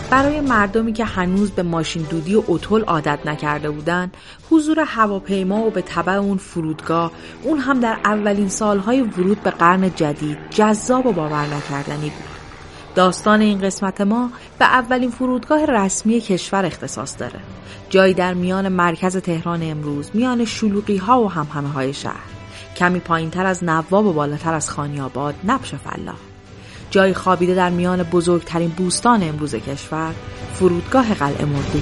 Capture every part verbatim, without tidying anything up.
برای مردمی که هنوز به ماشین دودی و اتول عادت نکرده بودند، حضور هواپیما و به تبع اون فرودگاه، اون هم در اولین سالهای ورود به قرن جدید، جذاب و باور نکردنی بود. داستان این قسمت ما به اولین فرودگاه رسمی کشور اختصاص داره. جایی در میان مرکز تهران امروز، میان شلوغی‌ها و همهمه‌های شهر، کمی پایین‌تر از نواب و بالاتر از خانی‌آباد، نبش فلاح. جایی خوابیده در میان بزرگترین بوستان امروز کشور، فرودگاه قلعه مرغی.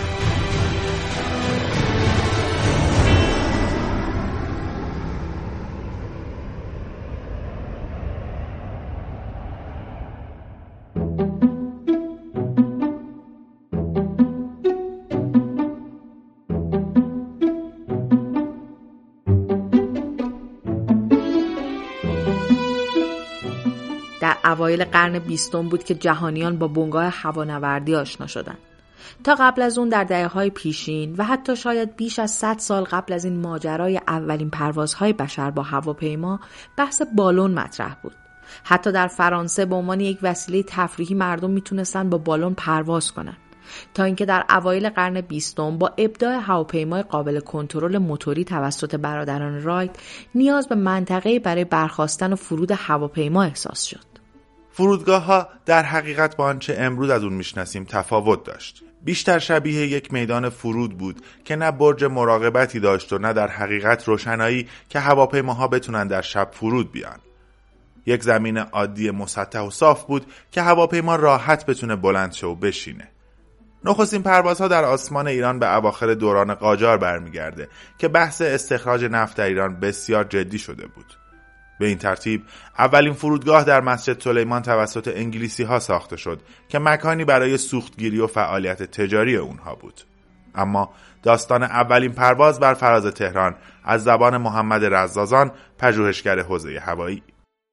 در اوایل قرن بیستم بود که جهانیان با بنگاه هوانوردی آشنا شدند. تا قبل از اون در دهه‌های پیشین و حتی شاید بیش از صد سال قبل از این ماجرای اولین پروازهای بشر با هواپیما، بحث بالون مطرح بود. حتی در فرانسه به عنوان یک وسیله تفریحی مردم میتونستن با بالون پرواز کنن. تا اینکه در اوایل قرن بیستم با ابداع هواپیمای قابل کنترل موتوری توسط برادران رایت، نیاز به منطقه‌ای برای برخاستن و فرود هواپیما احساس شد. فرودگاه‌ها در حقیقت با آنچه امروز از اون میشناسیم تفاوت داشت. بیشتر شبیه یک میدان فرود بود که نه برج مراقبتی داشت و نه در حقیقت روشنایی که هواپیماها بتونن در شب فرود بیان. یک زمین عادی مسطح و صاف بود که هواپیما راحت بتونه بلند شه و بشینه. نخستین پروازها در آسمان ایران به اواخر دوران قاجار برمیگرده که بحث استخراج نفت در ایران بسیار جدی شده بود. به این ترتیب اولین فرودگاه در مسجد سلیمان توسط انگلیسی ها ساخته شد که مکانی برای سوختگیری و فعالیت تجاری اونها بود. اما داستان اولین پرواز بر فراز تهران از زبان محمد رزازان، پژوهشگر حوزه هوایی.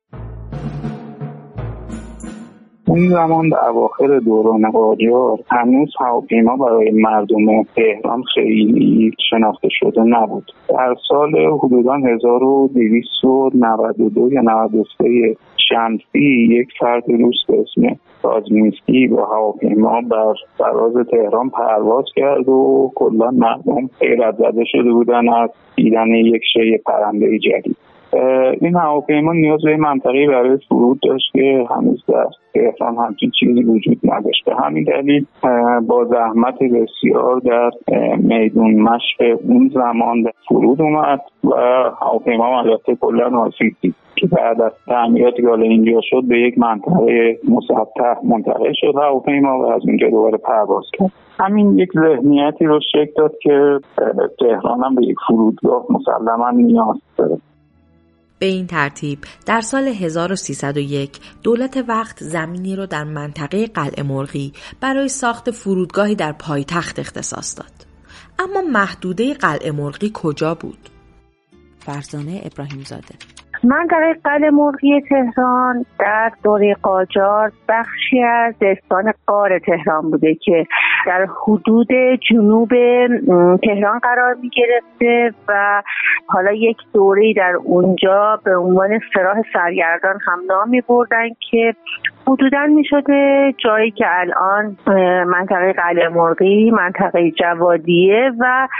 اون زمان در اواخر دوران قاجار هنوز هواپیما برای مردم تهران خیلی شناخته شده نبود. در سال حدوداً هزار و دویست و نود و دو یا نود و سه شمسی یک فرد روس به اسم رازمینسکی با هواپیما بر فراز تهران پرواز کرد و کلا مردم حیرت زده شده بودن از دیدن یک شی پرنده جدید. این هواپیما نیاز به منطقه‌ای برای فرود داشت که هنوز در تهران همچین چیزی وجود نداشت. به همین دلیل با زحمت بسیار در میدون مشق اون زمان فرود اومد و هواپیما البته کلا ناسید دید که بعد از تعمیراتی که اینجا شد به یک منطقه مسطح منتقل شد هواپیما و از اونجا دوباره پرواز کرد. همین یک ذهنیتی رو شکل داد که تهران هم به یک فرودگاه مسلماً نیاز داره. به این ترتیب در سال هزار و سیصد و یک دولت وقت زمینی رو در منطقه قلعه مرغی برای ساخت فرودگاهی در پایتخت اختصاص داد. اما محدوده قلعه مرغی کجا بود؟ فرزانه ابراهیم زاده. منطقه قلعه مرغی تهران در دوره قاجار بخشی از دستان غار تهران بوده که در حدود جنوب تهران قرار می گرفته و حالا یک دوره‌ای در اونجا به عنوان سراح سرگردان هم نام می بردن که حدوداً می شده جایی که الان منطقه قلعه مرغی، منطقه جوادیه و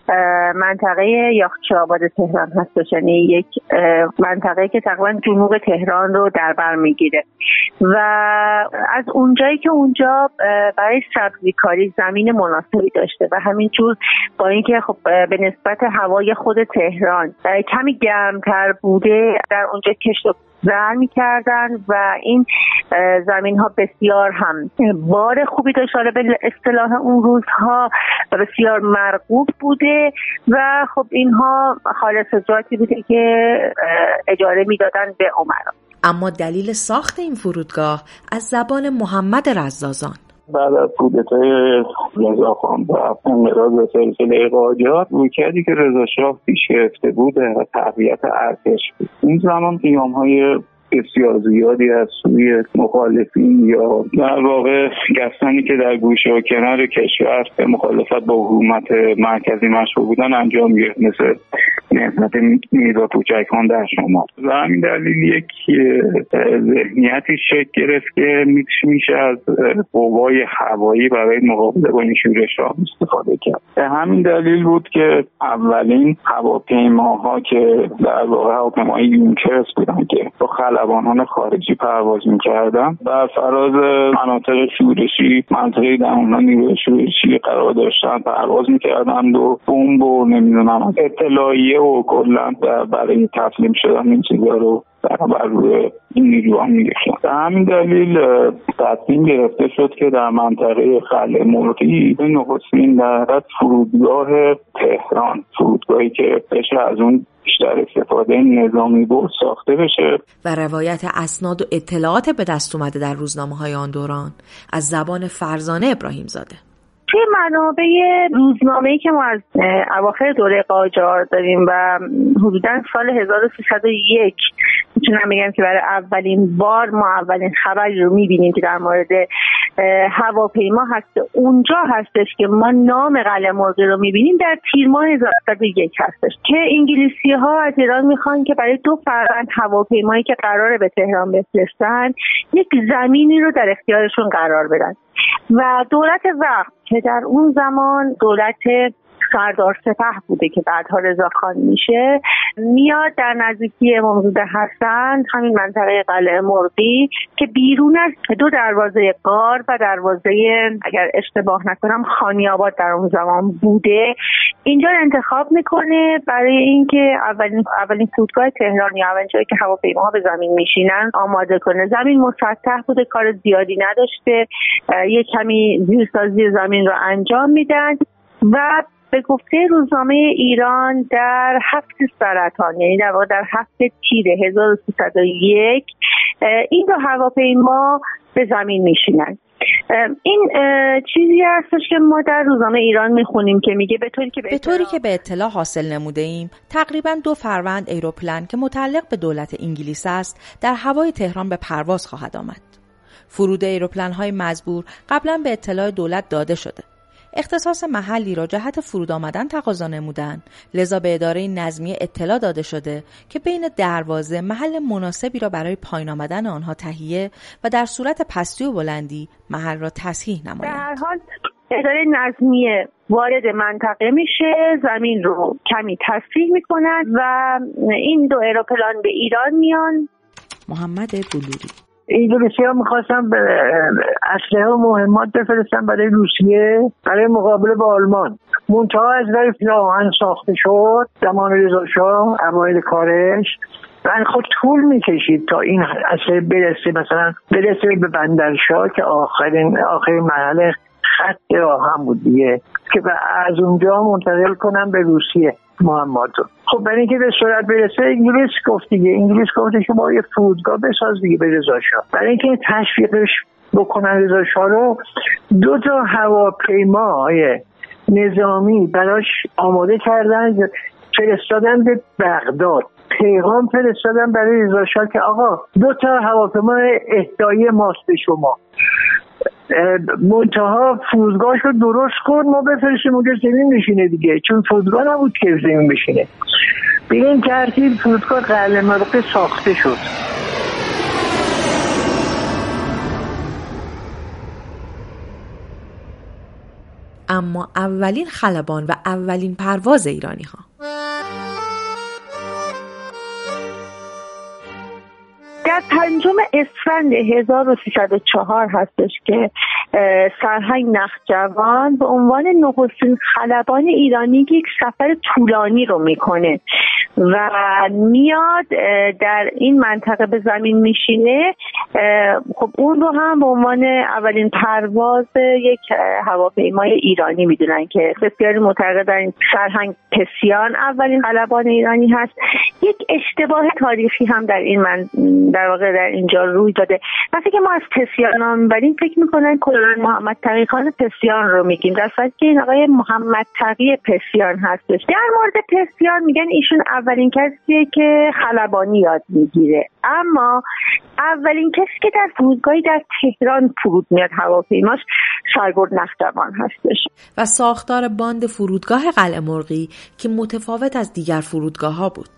منطقه یاخچه آباد تهران هستش، یعنی یک منطقه که تقریبا جنوب تهران رو در بر میگیره و از اونجایی که اونجا برای سبزیکاری زمین مناسبی داشته و همینجور با اینکه خب به نسبت هوای خود تهران کمی گرمتر بوده در اونجا کشت و زرع می‌کردن و این زمین ها بسیار هم بار خوبی داشت به اصطلاح اون روزها و بسیار مرغوب بوده و خب اینها خالصجاتی بوده که اجاره میدادن به عمرا. اما دلیل ساخت این فرودگاه از زبان محمد رزازان. بعد از کودتای رضاخان و انقراض و سلسله قاجار رویکردی که رضا شاه پیش گرفته بود تقویت ارتش بود. این زمان قیام‌های بسیار زیادی از سوی مخالفین یا در واقع کسانی که در گوشه و کنار کشور به مخالفت با حکومت مرکزی مشغول بودن انجام گرفت، مثل نهضت میرزا کوچک خان در شمال و همین دلیل یک ذهنیتی شکل گرفت که میشه از قوای هوایی برای مقابله با این شورش‌ها استفاده کرد. به همین دلیل بود که اولین هواپیماها که در واقع هواپیماهای یونکرس بودن که با خلبانان خارجی پرواز می‌کردن بر فراز مناطق شورشی منطقه در اونها نیروی شورشی قرار داشتن پرواز می‌کردن و بمب و نمیدونم اطلاعیه و کلا برای تسلیم شدن این چیزا رو بر روی این نیروها می‌ریختن. به همین دلیل تصمیم گرفته شد که در منطقه قلعه مرغی نخستین در فرودگاه تهران، فرودگاهی که بشه از اون بیشتر استفاده نظامی بود، ساخته بشه. و روایت اسناد و اطلاعات به دست اومده در روزنامه‌های آن دوران از زبان فرزانه ابراهیم زاده. توی منابع روزنامه‌ای که ما از اواخر دوره قاجار داریم و حدوداً سال هزار و سیصد و یک میتونم بگم که برای اولین بار ما اولین خبری رو میبینیم که در مورد هواپیما هست. اونجا هستش که ما نام قلعه مرغی رو میبینیم در تیر ماه هزار و سیصد و یک هستش که انگلیسی‌ها از ایران میخوان که برای دو فرآیند هواپیمایی که قراره به تهران بفرستن یک زمینی رو در اختیارشون قرار بدن و دولت وقت که در اون زمان دولت سردار سپه بوده که بعدها رضاخان میشه میاد در نزدیکی امامزاده حسن همین منطقه قلعه مرغی که بیرون از دو دروازه غار و دروازه اگر اشتباه نکنم خانی‌آباد در اون زمان بوده اینجا رو انتخاب میکنه برای اینکه اولین اولین فرودگاه تهران یا اولین جایی که هواپیماها به زمین میشینن آماده کنه. زمین مسطح بوده، کار زیادی نداشته، یک کمی زیرسازی زمین رو انجام میدن و به گفته روزنامه ایران در هفت سرطان یعنی در واقع در هفت تیر هزار و سیصد و یک این دو هواپیما به زمین میشینن. این چیزی هستش که ما در روزنامه ایران میخونیم که میگه به طوری که به, به طوری که به اطلاع حاصل نموده ایم تقریباً دو فروند ایروپلان که متعلق به دولت انگلیس است در هوای تهران به پرواز خواهد آمد. فرود ایروپلان‌های مزبور قبلاً به اطلاع دولت داده شده. اختصاص محلی را جهت فرود آمدن تقاضا نمودند، لذا به اداره نظمیه اطلاع داده شده که بین دروازه محل مناسبی را برای پایین آمدن آنها تهیه و در صورت پستی و بلندی محل را تصحیح نمایند. در هر حال اداره نظمیه وارد منطقه میشه، زمین رو کمی تصحیح میکنند و این دو ایروپلان به ایران میان. محمد بلوری انگلیسی‌ها می‌خواستن اسلحه و مهمات بفرستن برای روسیه برای مقابله با آلمان. منتها از نظر آهن ساخته شد زمان رضا شاه اوایل کارش و خود طول می‌کشید تا این اسلحه برسه مثلا برسه به بندرشاه که آخرین آخرین مرحله خط آهن بود دیگه که از اونجا منتقل کنن به روسیه مهمات. خب برای اینکه به سرعت برسه انگلیس گفت دیگه انگلیس گفت که با یه فرودگاه بساز دیگه به رضا شاه. برای اینکه تشویقش بکنن رضا شاه رو دو تا هواپیمای نظامی براش آماده کردن، فرستادن به بغداد، پیغام فرستادن برای رضا شاه که آقا دو تا هواپیما اهدایی ماست به شما، منتها فرودگاهش رو درست کن ما بفرستیم اونجا زمین بشینه دیگه، چون فرودگاه نبود که زمین بشینه. به این ترتیب فرودگاه قلعه مرغی ساخته شد. اما اولین خلبان و اولین پرواز ایرانی ها در پنجم اسفند هزار و سیصد و چهار هستش که سرهنگ نخجوان به عنوان نخستین خلبان ایرانی یک سفر طولانی رو میکنه و میاد در این منطقه به زمین میشینه. خب اون رو هم به عنوان اولین پرواز یک هواپیمای ایرانی میدونن که بسیاری معتقدن در این سرهنگ پسیان اولین خلبان ایرانی هست. یک اشتباه تاریخی هم در این من در واقع در اینجا روی داده. وقتی که ما از پسیان نام میبریم فکر میکنن کلان محمد تقی خان پسیان رو میگیم، در صورتی که این آقای محمد تقی پسیان هستش. در مورد پسیان میگن ایشون اولین کسیه که خلبانی یاد میگیره، اما اولین کسی که در فرودگاهی در تهران فرود میاد هواپیماش سربرد نفتوان هستش. و ساختار باند فرودگاه قلعه مرغی که متفاوت از دیگر فرودگاه‌ها بود.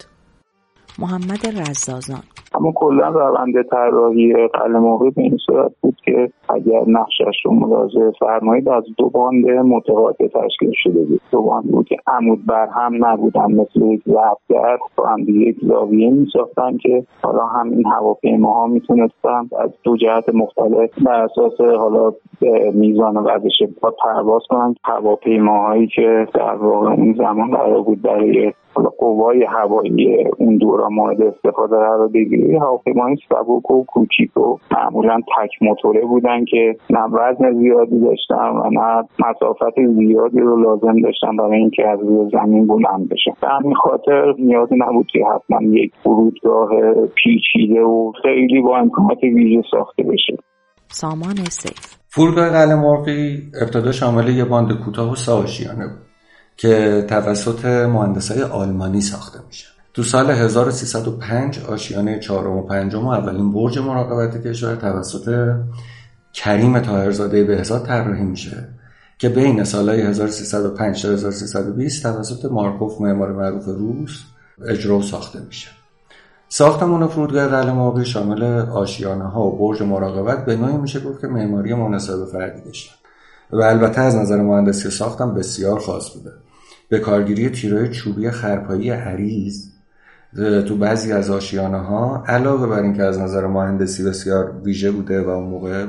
محمد رزازان: اما کلا روند طراحی قلعه مرغی به این صورت بود که اگر نقشش رو ملاحظه فرمایید از دو باند متقاطع تشکیل شده بود. دو باند بود که عمود بر هم نبودن، مثل یک ضربدر با هم دیگه یک زاویه می‌ساختن که حالا همین هواپیماها میتونستن از دو جهت مختلف بر اساس حالا میزان وزش با پرواز کنن. هواپیماهایی که در واقع اون زمان قرار بود برای حالا قوای هوایی اون دوران مورد استفاده قرار بگیره، هواپیمای سبک و کوچیک و معمولا تک موتوره بودن که نه وزن زیادی داشتن و نه مسافت زیادی رو لازم داشتن برای اینکه از روی زمین بلند بشن. به همین خاطر نیازی نبود که حتما یک فرودگاه پیچیده و خیلی با امکانات ویژه ساخته بشه. سامان سیف: فرودگاه قلعه مرغی ابتدا شامل یک باند کوتاه و سه آشیانه بود که توسط مهندسای آلمانی ساخته میشه. تو سال هزار و سیصد و پنج آشیانه چهارم و پنجم و اولین برج مراقبت کشور توسط کریم طاهرزاده بهزاد طراحی میشه که بین سالهای هزار و سیصد و پنج تا هزار و سیصد و بیست توسط مارکوف معمار معروف روس اجرا و ساخته میشه. ساختمان فرودگاه قلعه مرغی شامل آشیانه‌ها و برج مراقبت به نوعی میشه گفت که معماری مناسب فردی داشته و البته از نظر مهندسی ساختم بسیار خاص بوده. به کارگیری تیرهای چوبی خرپایی عریض تو بعضی از آشیانه‌ها علاوه بر اینکه از نظر مهندسی بسیار ویژه بوده و اون موقع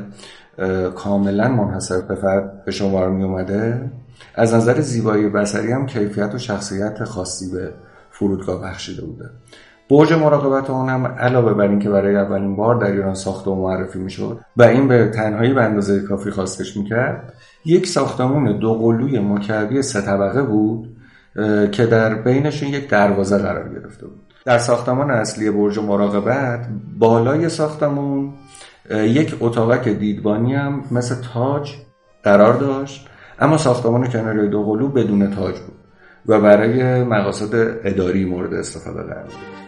کاملا منحصر به فرد به شمار می اومده، از نظر زیبایی بصری هم کیفیت و شخصیت خاصی به فرودگاه بخشیده بوده. برج مراقبت اون هم علاوه بر این که برای اولین بار در ایران ساخته و معرفی میشد و این به تنهایی به اندازه کافی خواستش میکرد، یک ساختمان دو قلوی مکعبی سه طبقه بود که در بینشون یک دروازه قرار گرفته بود. در ساختمان اصلی برج مراقبت بالای ساختمان یک اتاقک دیدبانی هم مثل تاج قرار داشت، اما ساختمان کناری دو قلو بدون تاج بود و برای مقاصد اداری مورد استفاده قرار بود.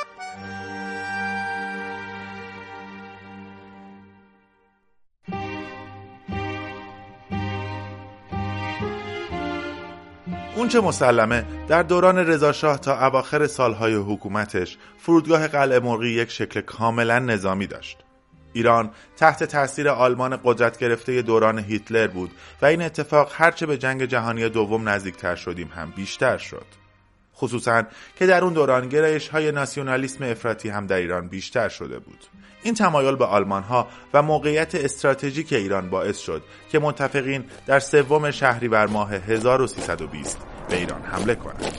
اونچه مسلمه در دوران رضاشاه تا اواخر سالهای حکومتش فرودگاه قلعه مرغی یک شکل کاملا نظامی داشت. ایران تحت تاثیر آلمان قدرت گرفته دوران هیتلر بود و این اتفاق هرچه به جنگ جهانی دوم نزدیکتر شدیم هم بیشتر شد. خصوصا که در اون دوران گرایش‌های ناسیونالیسم افراطی هم در ایران بیشتر شده بود. این تمایل به آلمان‌ها و موقعیت استراتژیک ایران باعث شد که متفقین در سوم شهریور ماه هزار و سیصد و بیست به ایران حمله کنند.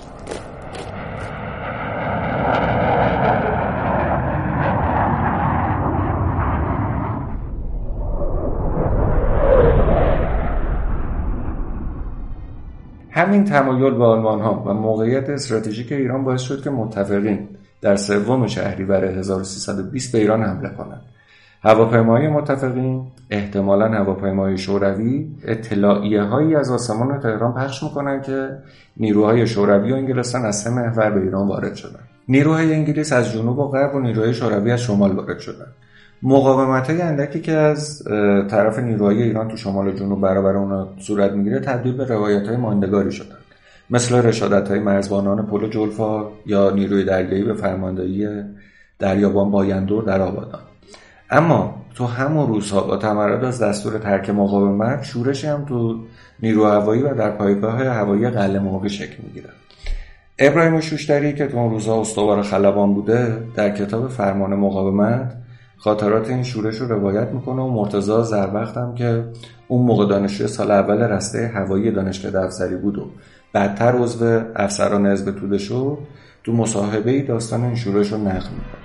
همین تمایل به آلمان‌ها و موقعیت استراتژیک ایران باعث شد که متفقین در سوم شهریور هزار و سیصد و بیست به ایران حمله کنند. هواپیماهای متفقین، احتمالاً هواپیماهای شوروی، اطلاعیه‌هایی از آسمان تهران پخش می‌کنند که نیروهای شوروی و انگلستان از سه محور به ایران وارد شدند. نیروهای انگلیس از جنوب و غرب و نیروهای شوروی از شمال وارد شدند. مقاومت‌های اندکی که از طرف نیروهای ایران تو شمال و جنوب برابر اونها صورت می‌گیره تبدیل به روایت‌های ماندگاری شدند، مثل رشادت‌های مرزبانان پل جلفا یا نیروی دریایی به فرماندهی دریابان بایندور در آبادان. اما تو همون روزها با تمرد از دستور ترک مقاومت، شورشی هم تو نیرو هوایی و در پایگاه هوایی قلعه مرغی شکل می‌گیره. ابراهیم شوشتری که تو اون روزها استوار خلبان بوده، در کتاب فرمان مقاومت خاطرات این شورش رو روایت میکنه و مرتضی زروقت هم که اون موقع دانشجوی سال اول رشته هوایی دانشکده افسری بود و بعدتر عضو افسران حزب توده شد، تو مصاحبه‌ای داستان این شورش رو نقل میکنه.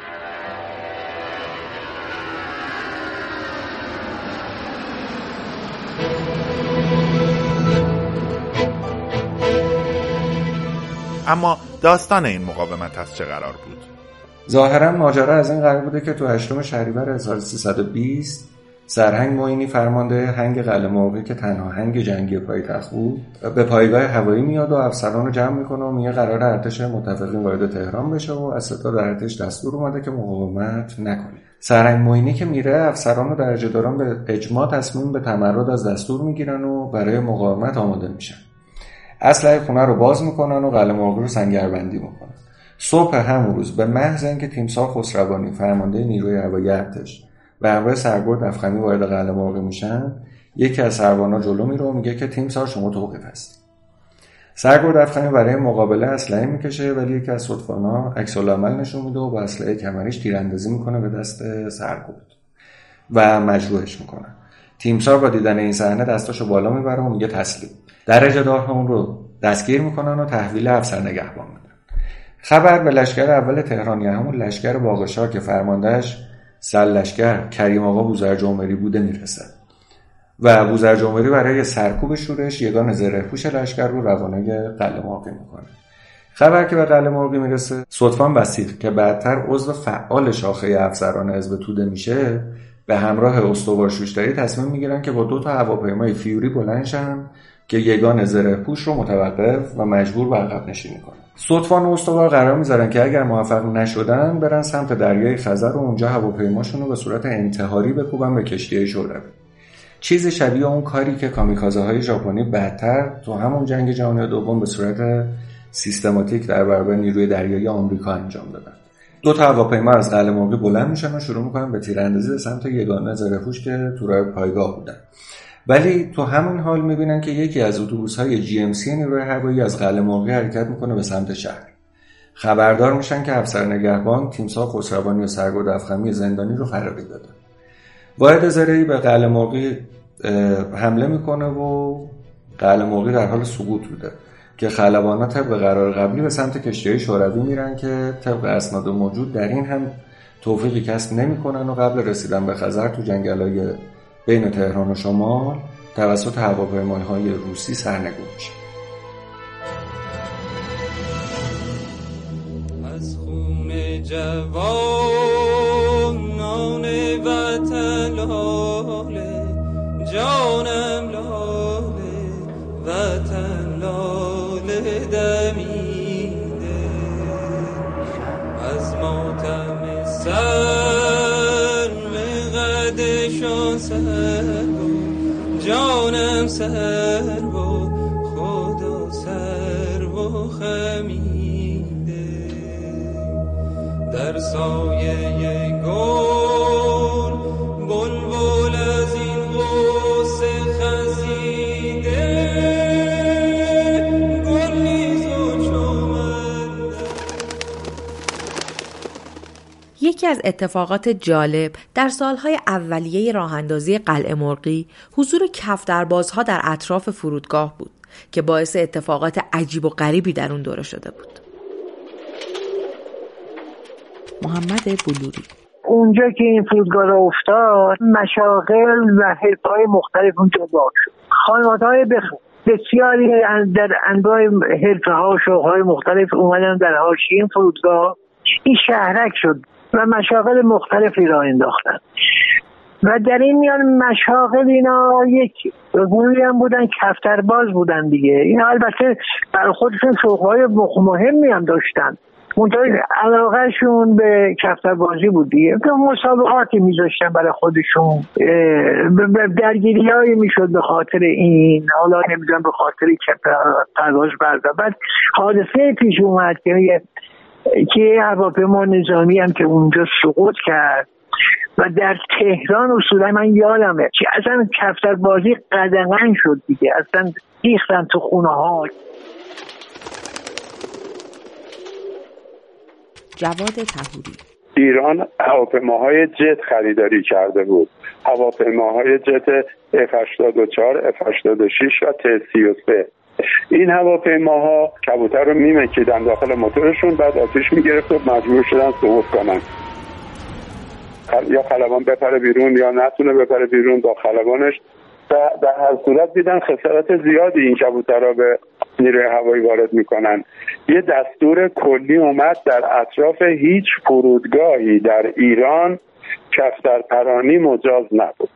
اما داستان این مقاومت از چه قرار بود؟ ظاهرا ماجرا از این قرار بوده که تو هشتم شهریور هزار و سیصد و بیست سرهنگ معینی فرمانده هنگ قلعه مرغی که تنها هنگ جنگی پایتخت بود به پایگاه هوایی میاد و افسران رو جمع میکنه و میگه قرار ارتش متفقین وارد تهران بشه و از ستاد ارتش دستور اومده که مقاومت نکنید. سرهنگ معینی که میره، افسران و درجه‌داران به اجماع تصمیم به تمرد از دستور میگیرن و برای مقاومت آماده میشن. اسلحه خونه رو باز میکنن و قلعه مرغی رو سنگربندی میکنن. صبح همون روز به محض اینکه تیمسار خسروانی فرمانده نیروی هوایی ارتش به همراه سرگرد افخمی وارد قلعه مرغی میشن، یکی از سربانا جلو میره و میگه که تیمسار شما توقیف هست. سرگرد افخمی برای مقابله اسلحه میکشه، ولی یکی از صدفانا عکس العمل نشون میده و با اسلحه کمریش تیراندازی میکنه به دست سرگرد و مجروحش میکنه. تیمسار با دیدن این صحنه دستاشو بالا میبره و میگه تسلیم. درجه‌دارها اون رو دستگیر میکنن و تحویل افسر نگهبان میدن. خبر به لشکر اول تهران، یعنی همون لشکر باقشار که فرماندهش سرلشکر کریم آقا بوزرجمهری بوده میرسه و بوزرجمهری برای سرکوب شورش یگان زره‌پوش لشکر رو روانه قلعه مرغی میکنه. خبر که به قلعه مرغی میرسه، صدفان وثیق که بعدتر عضو فعال شاخه افسران حزب توده میشه، به همراه استوار شوشتری تصمیم میگیرن که با دو تا هواپیمای فیوری بلند شن که یگان زره‌پوش رو متوقف و مجبور به عقب نشینی کنن. صدفان و استوار قرار میذارن که اگر موفق نشدن برن سمت دریای خزر و اونجا هواپیماشون رو به صورت انتحاری بکوبن به کشتی شوروی. چیز شبیه اون کاری که کامیکازه های ژاپنی بعدتر تو همون جنگ جهانی دوم به صورت سیستماتیک در برابر نیروی دریایی آمریکا انجام دادن. دو تا هواپیما از قلعه مرغی بلند میشن و شروع میکنن به تیراندازی به سمت یگان زره‌پوش که تو راه پایگاه بودن. ولی تو همون حال میبینن که یکی از اتوبوس‌های جی ام سی نیروی هوایی از قلعه مرغی حرکت میکنه به سمت شهر. خبردار میشن که افسر نگهبان تیمسار خسروانی و سرگرد افخمی زندانی رو فراری دادن. واحد زرهی به قلعه مرغی حمله میکنه و قلعه مرغی در حال سقوط بوده که خلبانا طبق قرار قبلی به سمت کشتی‌های شوروی میرن که طبق اسناد موجود در این هم توفیقی کسب نمیکنن و قبل رسیدن به خزر تو جنگل‌های بین تهران و شمال توسط هواپیماهای روسی سرنگون میشه. از خون جوانان وطن لاله، جانم لاله، وطن لاله دمیده، از ماتم سر مقدشان سر و جانم سر و خدا سر و خمیده، در سایه گل بلبل از این غصه خزیده، گل نیز و چومن. یکی از اتفاقات جالب در سالهای اولیه راهاندازی قلعه مرغی حضور کفتربازها در اطراف فرودگاه بود که باعث اتفاقات عجیب و غریبی در اون دوره شده بود. محمد بلوری: اونجا که این فرودگاه را افتاد، مشاغل و حرفه‌های مختلف اونجا باز شد. خانواده‌های بسیاری در انواع حرفه‌ها و شغل‌های مختلف اومدن در حاشیه این فرودگاه. این شهرک شد و مشاغل مختلفی را انداختن و در این میان مشاغل اینا یک گروهی هم بودن کفترباز بودن دیگه. اینا البته برای خودشون شغل‌های مهمی هم داشتن، منطقه علاقهشون به کفتربازی بود دیگه. مسابقاتی میذاشتن برای خودشون، درگیری هایی میشد به خاطر این، حالا نمیدونم به خاطر کفترباز برده. بعد حادثه پیش اومد که که هواپیما نظامی هم که اونجا سقوط کرد و در تهران اصولا من یادمه که اصلا کفتربازی قدغن شد دیگه، اصلا ریختن تو خونه ها. جواد طهوری: ایران هواپیماهای جت خریداری کرده بود، هواپیماهای جت اف هشتاد و چهار، اف هشتاد و شش و تی سی و سه. این هواپیماها کبوتر رو میمکیدن داخل موتورشون، بعد آتیش میگرفت و مجبور شدن سقوط کنن، یا خلبان بپره بیرون یا نتونه بپره بیرون با خلبانش. در هر صورت دیدن خسارت زیادی این کبوترها به نیروی هوایی وارد میکنن. یه دستور کلی اومد در اطراف هیچ فرودگاهی در ایران کفترپرانی مجاز نبود.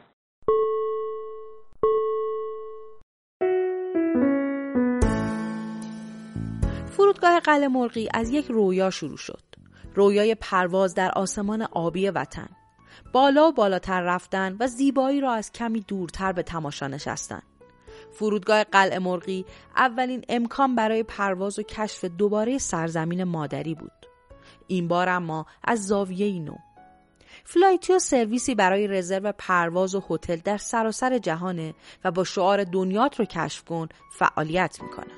فرودگاه قلعه مرغی از یک رویا شروع شد. رویای پرواز در آسمان آبی وطن. بالا و بالاتر رفتن و زیبایی را از کمی دورتر به تماشا نشستن. فرودگاه قلعه مرغی اولین امکان برای پرواز و کشف دوباره سرزمین مادری بود. این بار اما از زاویه‌ای نو. فلایتیو سرویسی برای رزرو پرواز و هتل در سراسر جهانه و با شعار دنیات رو کشف کن فعالیت میکنه.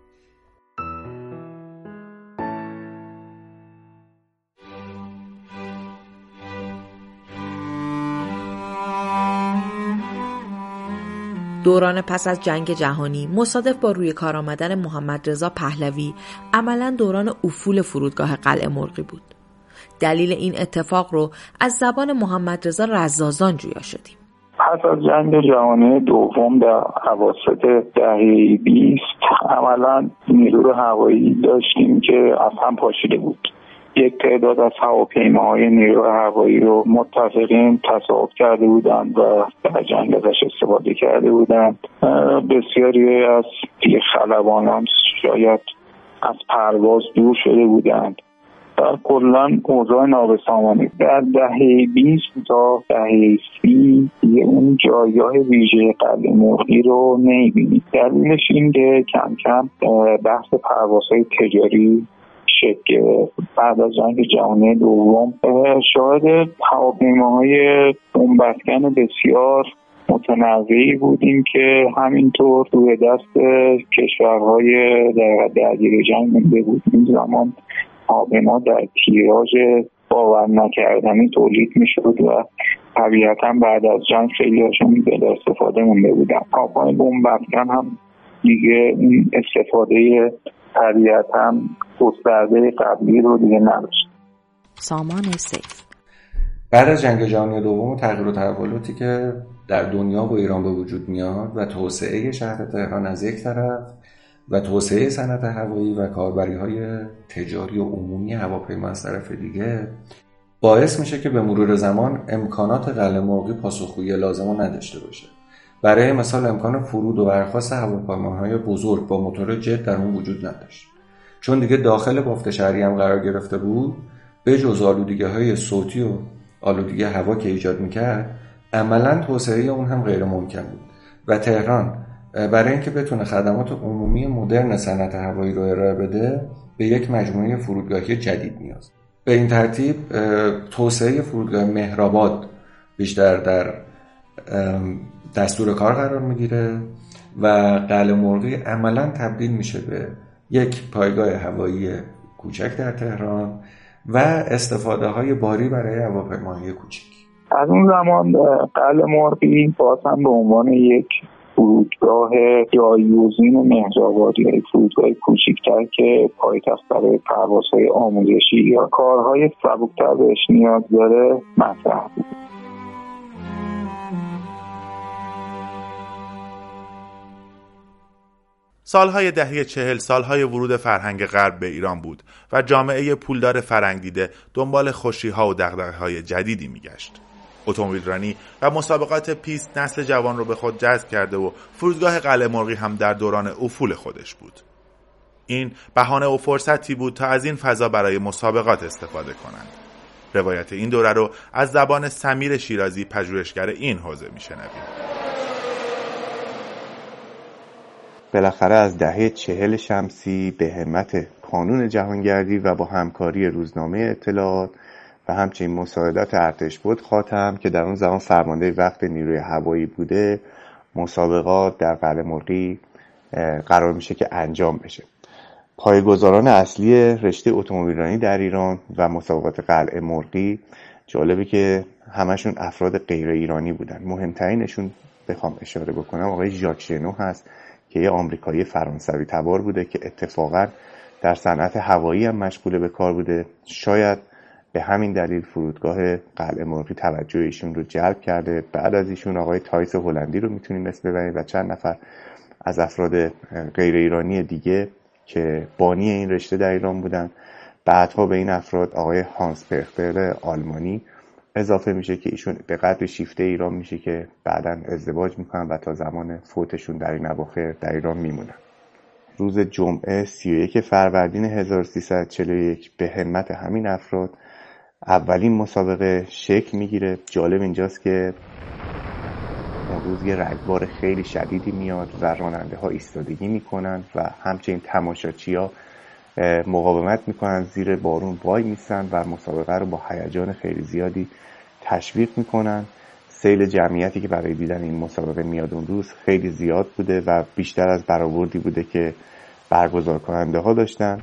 دوران پس از جنگ جهانی مصادف با روی کار آمدن محمد رضا پهلوی عملاً دوران افول فرودگاه قلعه مرغی بود. دلیل این اتفاق رو از زبان محمد رضا رزازان جویا شدیم. پس از جنگ جهانی دوم در اواسط دهه بیست عملاً نیروی هوایی داشتیم که از هم پاشیده بود. یک تعداد از هواپیماهای نیروی هوایی رو متفقین تصاحب کرده بودند و در جنگ ازش استفاده کرده بودند. بسیاری از دیگه خلبانان شاید از پرواز دور شده بودند. در کلاً اوضاع نابسامانی در دهه بیست تا دهه سی دیگه اون جایگاه ویژه قلعه مرغی رو نمی‌بینید. دلیلش این که کم کم بحث پروازهای تجاری شکل گرفت. بعد از جنگ جهانی دوم شاهد هواپیماهای بمب‌افکن بسیار متنوعی بودیم که همینطور روی دست کشورهای در درگیر جنگ مونده بود. این زمان هواپیما در تیراژ باور نکردنی تولید میشد و طبیعتا بعد از جنگ خیلی هاشون به استفاده مونده بودن. هواپیمای بمب‌افکن هم دیگه این استفاده طبیعتا گسترده قبلی رو دیگه نداشت. سامان سیف. بعد از جنگ جهانی دوم تغییر و تحولاتی که در دنیا و ایران به وجود میاد و توسعه شهر تهران از یک طرف و توسعه صنعت هوایی و کاربری‌های تجاری و عمومی هواپیما از طرف دیگه باعث میشه که به مرور زمان امکانات قلعه مرغی پاسخگویی لازم نداشته باشه. برای مثال امکان فرود و برخاست هواپیماهای بزرگ با موتور جت در اون وجود نداشت. چون دیگه داخل بافت شهری هم قرار گرفته بود، به جز آلودگی‌های صوتی و آلودگی هوا که ایجاد میکرد، عملاً توسعه اون هم غیر ممکن بود و تهران برای اینکه بتونه خدمات عمومی مدرن صنعت هوایی رو ارائه بده به یک مجموعه فرودگاهی جدید نیاز. به این ترتیب توسعه فرودگاه مهرآباد بیشتر در دستور کار قرار میگیره و قلعه مرغی عملاً تبدیل میشه به یک پایگاه هوایی کوچک در تهران و استفاده های باری برای هواپیماهای کوچک. از اون زمان قلعه مرغی باز هم به عنوان یک فرودگاه جایگزین مهرآباد یا یک فرودگاه کوچکتر که پایتخت برای پروازهای آموزشی یا کارهای سبکتر بهش نیاز داره مطرح بود. سالهای دهه چهل سالهای ورود فرهنگ غرب به ایران بود و جامعه پولدار فرنگ دیده دنبال خوشی‌ها و دغدغه‌های جدیدی میگشت. اتومبیل رانی و مسابقات پیست نسل جوان رو به خود جذب کرده و فرودگاه قلعه مرغی هم در دوران افول خودش بود. این بهانه و فرصتی بود تا از این فضا برای مسابقات استفاده کنند. روایت این دوره رو از زبان سمیر شیرازی، پژوهشگر این حوزه میشنویم. بالاخره از دهه چهل شمسی به همت کانون جهانگردی و با همکاری روزنامه اطلاعات و همچنین مساعدت ارتش بود خاتم که در اون زمان فرمانده وقت نیروی هوایی بوده، مسابقات در قلعه مرغی قرار میشه که انجام بشه. پایه‌گذاران اصلی رشته اتومبیلرانی در ایران و مسابقات قلعه مرغی جالبه که همشون افراد غیر ایرانی بودن. مهمترینشون بخوام اشاره بکنم آقای ژاک ژنو هست که یه آمریکایی فرانسوی تبار بوده که اتفاقا در صنعت هوایی هم مشغول به کار بوده. شاید به همین دلیل فرودگاه قلعه مرغی توجه ایشون رو جلب کرده. بعد از ایشون آقای تایس هلندی رو میتونیم اسم ببریم و چند نفر از افراد غیر ایرانی دیگه که بانی این رشته در ایران بودن. بعدها به این افراد آقای هانس پرختر آلمانی اضافه میشه که ایشون به قدر شیفته ایران میشه که بعداً ازدواج میکنن و تا زمان فوتشون در این اواخر در ایران میمونن. روز جمعه سی و یک فروردین هزار و سیصد و چهل و یک به همت همین افراد اولین مسابقه شکل میگیره. جالب اینجاست که اون روز یه رگبار خیلی شدیدی میاد و راننده ها ایستادگی میکنن و همچنین تماشاچی ها مقاومت میکنن، زیر بارون وای میسن و مسابقه رو با هیجان خیلی زیادی تشویق میکنن. سیل جمعیتی که برای دیدن این مسابقه میاد اون روز خیلی زیاد بوده و بیشتر از برآوردی بوده که برگزار کننده ها داشتن.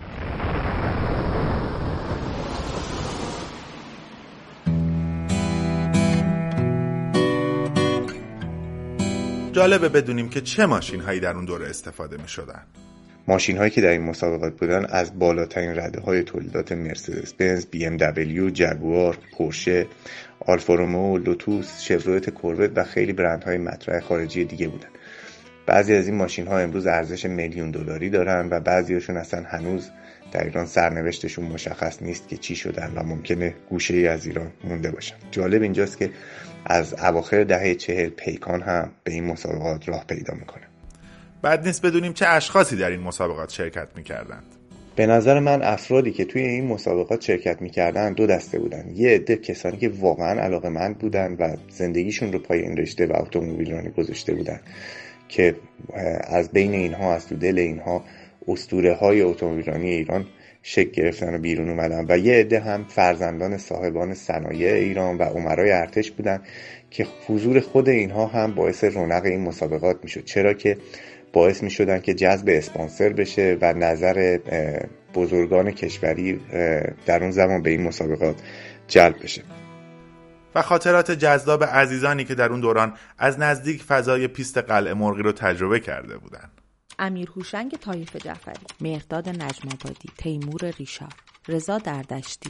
جالبه بدونیم که چه ماشین هایی در اون دوره استفاده می شدن. ماشین هایی که در این مسابقات بودن از بالاترین رده های تولیدات مرسدس بنز، بی ام دبلیو، جگوار، پورشه، آلفا رومئو، لوتوس، شفرولت کوروت و خیلی برندهای مطرح خارجی دیگه بودن. بعضی از این ماشین ها امروز ارزش میلیون دلاری دارن و بعضیاشون اصلا هنوز در ایران سرنوشتشون مشخص نیست که چی شدن و ممکنه گوشه‌ای از ایران مونده باشن. جالب اینجاست که از اواخر دهه چهل پیکان هم به این مسابقات راه پیدا میکنه. بعد نیست بدونیم چه اشخاصی در این مسابقات شرکت میکردند. به نظر من افرادی که توی این مسابقات شرکت میکردن دو دسته بودن. یه عده کسانی که واقعا علاقه‌مند بودن و زندگیشون رو پای این رشته و اتومبیلرانی گذاشته بودن که از بین اینها، از تو دل اینها اسطوره‌های اتومبیلرانی ایران شکل گرفتن و بیرون اومدن. و یه عده هم فرزندان صاحبان صنایع ایران و امرای ارتش بودن که حضور خود اینها هم باعث رونق این مسابقات میشد، چرا که باعث میشدن که جذب اسپانسر بشه و نظر بزرگان کشوری در اون زمان به این مسابقات جلب بشه. و خاطرات جذاب عزیزانی که در اون دوران از نزدیک فضای پیست قلعه مرغی رو تجربه کرده بودن. امیر هوشنگ طایفه جعفری، مهرداد نجم آبادی، تیمور ریشار، رضا دردشتی.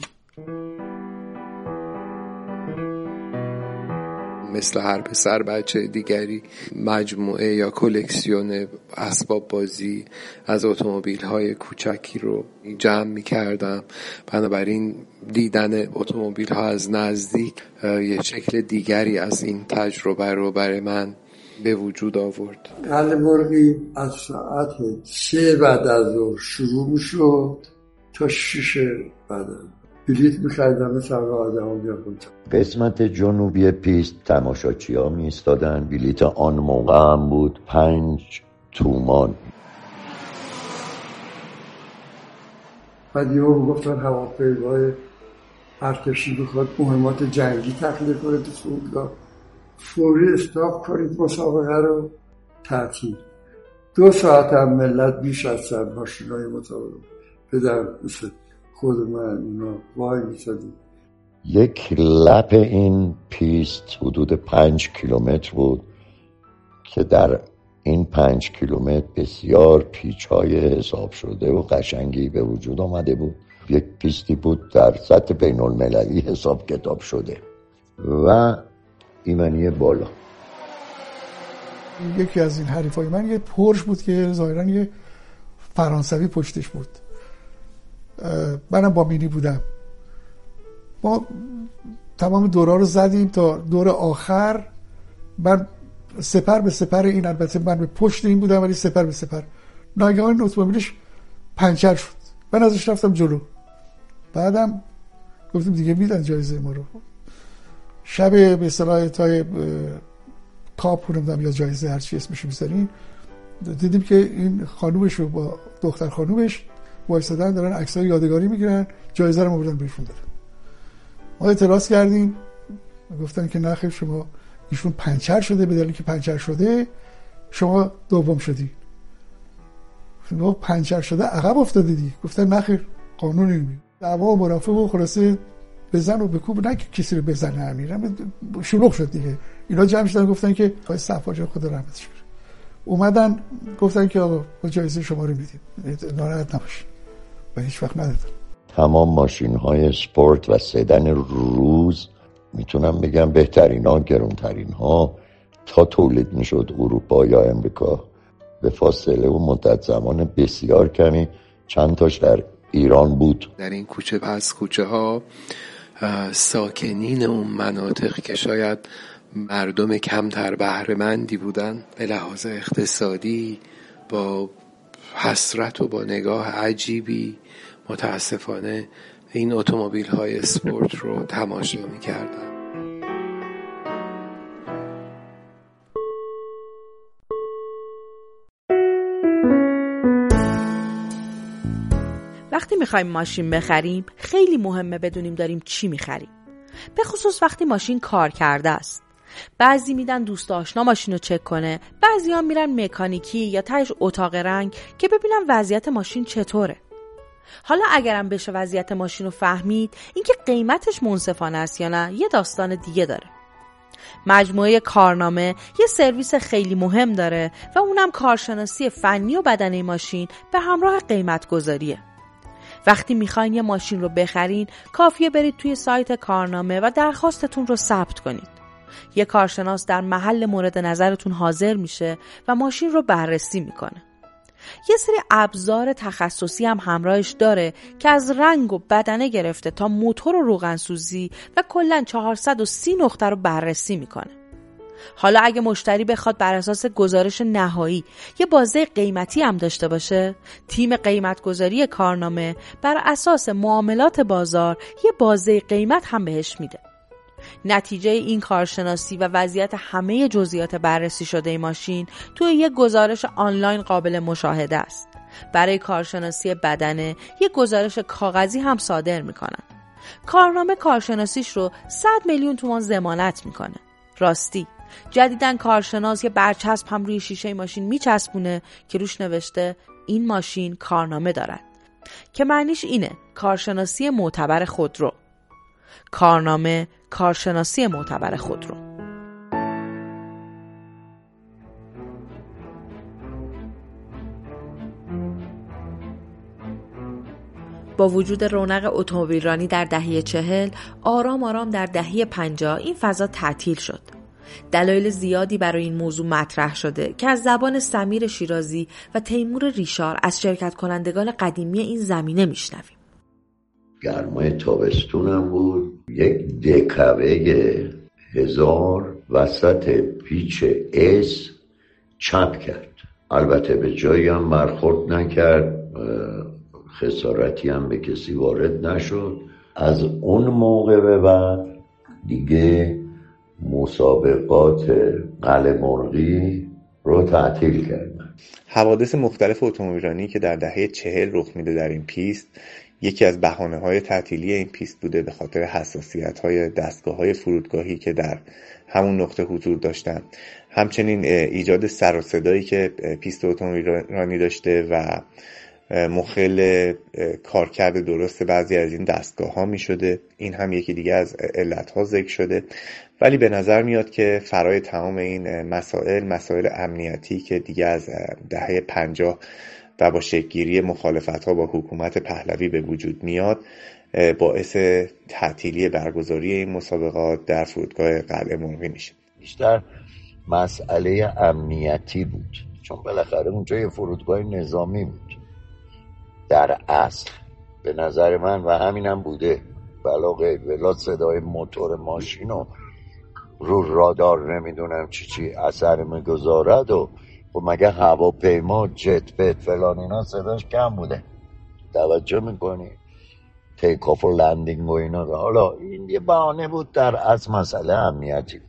مثل هر پسر بچه دیگری مجموعه یا کلکسیون اسباب بازی از اتومبیل‌های کوچکی رو جمع می‌کردم. بنابراین دیدن اتومبیل‌ها از نزدیک یه شکل دیگری از این تجربه رو برای من به وجود آورد. قلعه مرغی از ساعت سه بعد از ظهر شروع می‌شد تا شش بعد. بلیت می‌خریدم مثل آدم‌ها می‌رفتن. قسمت جنوبی پیست تماشاچی‌ها می‌ایستادن. بلیت آن موقع هم بود پنج تومان. بعد یهو گفتن هواپیمای ارتشی بخواد مهمات جنگی تحویل کنه تو فرودگاه، فوری استاپ کنید مسابقه رو تعطیل. دو ساعت هم ملت بیش از صد ماشینای مسابقه بدن مثل خود من اونا وای میسادیم. یک لپ این پیست حدود پنج کیلومتر بود که در این پنج کیلومتر بسیار پیچ‌های حساب شده و قشنگی به وجود آمده بود. یک پیستی بود در سطح بین المللی حساب کتاب شده و ایمنی بالا. یکی از این حریفای من یه پورش بود که ظاهراً یه فرانسوی پشتش بود. منم با مینی بودم. ما تمام دورا رو زدیم تا دور آخر. من سپر به سپر این، البته من به پشت این بودم ولی سپر به سپر، ناگهان اتومبیلش پنچر شد. من ازش رفتم جلو. بعدم گفتیم دیگه میدن جایزه ما رو. شب به اصطلاح تای کاپ نمیدونم یا جایزه هر چی اسمش میذارین، دیدیم که این خانومش رو با دختر خانومش وایسادن دارن عکسای یادگاری میگیرن، جایزه رو آوردن بهشون دادن. ما اعتراض کردیم، گفتن که نه خیر، شما ایشون پنچر شده، به دلیلی که پنچر شده شما دوم شدی. شما پنچر شده عقب افتادیدی. گفتن نه خیر، قانون نمیگه. دعوا و مرافعه و خلاصه بزن و بکوب، نه که کسی رو بزنه، امیرم شلوغ شد دیگه. اینا جمع شدن گفتن که آقای صفاجا خدا رحمتش کنه، اومدن گفتن که آقا با جایزه شما رو میدیم، ناراحت نباشید، و هیچ وقت ندادن. تمام ماشین های سپورت و سدن روز میتونم بگم بهترین ها، گرونترین ها تا تولید میشد اروپا یا امریکا به فاصله و مدت زمان بسیار کمی چند تاش در ایران بود. در این کوچه پس کوچه ها ساکنین اون مناطق که شاید مردم کمتر بهره‌مندی بودن به لحاظ اقتصادی، با حسرت و با نگاه عجیبی متاسفانه این اتومبیل های اسپورت رو تماشا میکردم. وقتی میخوایم ماشین بخریم خیلی مهمه بدونیم داریم چی میخریم، به خصوص وقتی ماشین کار کرده است. بعضی میدن دوست آشنا ماشین رو چک کنه، بعضی ها میرن مکانیکی یا تهش اتاق رنگ که ببینن وضعیت ماشین چطوره. حالا اگرم بشه وضعیت ماشین رو فهمید، اینکه قیمتش منصفانه است یا نه یه داستان دیگه داره. مجموعه کارنامه یه سرویس خیلی مهم داره و اونم کارشناسی فنی و بدنه ماشین به همراه قیمت گذاریه. وقتی میخواین یه ماشین رو بخرین، کافیه برید توی سایت کارنامه و درخواستتون رو ثبت کنید. یه کارشناس در محل مورد نظرتون حاضر میشه و ماشین رو بررسی میکنه. یه سری ابزار تخصصی هم همراهش داره که از رنگ و بدنه گرفته تا موتور و روغنسوزی و کلاً چهارصد و سی نقطه رو بررسی میکنه. حالا اگه مشتری بخواد بر اساس گزارش نهایی یه بازه قیمتی هم داشته باشه، تیم قیمتگذاری کارنامه بر اساس معاملات بازار یه بازه قیمت هم بهش میده. نتیجه این کارشناسی و وضعیت همه جزئیات بررسی شده ماشین توی یک گزارش آنلاین قابل مشاهده است. برای کارشناسی بدنه یک گزارش کاغذی هم صادر میکنن. کارنامه کارشناسیش رو صد میلیون تومان ضمانت میکنه. راستی جدیداً کارشناس یه برچسب هم روی شیشه ماشین میچسبونه که روش نوشته این ماشین کارنامه دارد، که معنیش اینه کارشناسی معتبر خودرو. کارنامه کارشناسی معتبر خودرو. با وجود رونق اتومبیلرانی در دهه چهل، آرام آرام در دهه پنجاه این فضا تعطیل شد. دلایل زیادی برای این موضوع مطرح شده که از زبان سمیر شیرازی و تیمور ریشار از شرکت کنندگان قدیمی این زمینه میشنویم. گرمای تابستونم بود، یک دکوه هزار وسط پیچ اس چپ کرد. البته به جایی هم برخورد نکرد، خسارتی هم به کسی وارد نشد. از اون موقع به بعد دیگه مسابقات قلعه مرغی رو تعطیل کردن. حوادث مختلف اتومبیلرانی که در دهه چهل رخ میده در این پیست، یکی از بهانه‌های تعطیلی این پیست بوده به خاطر حساسیت‌های دستگاه‌های فرودگاهی که در همون نقطه حضور داشتن. همچنین ایجاد سر و صدایی که پیست اتومبیلرانی داشته و مخل کارکرد درست بعضی از این دستگاه‌ها می‌شده. این هم یکی دیگه از علت‌ها ذکر شده. ولی به نظر میاد که فرای تمام این مسائل مسائل امنیتی که دیگه از دهه پنجاه و با شکل‌گیری مخالفت‌ها با حکومت پهلوی به وجود میاد، باعث تعطیلی برگزاری این مسابقات در فرودگاه قلعه مرغی میشه. بیشتر مسئله امنیتی بود، چون بالاخره اونجا یه فرودگاه نظامی بود در اصل به نظر من، و همینم بوده. علاوه بلا صدای موتور ماشین و رو رادار نمیدونم چی چی اثر میگذارد و خب مگه هواپیما جت پت فلان اینا صداش کم بوده؟ توجه میکنی؟ تیک آف و لندینگ و اینا. حالا این یه بهانه بود در از مسئله امنیتی.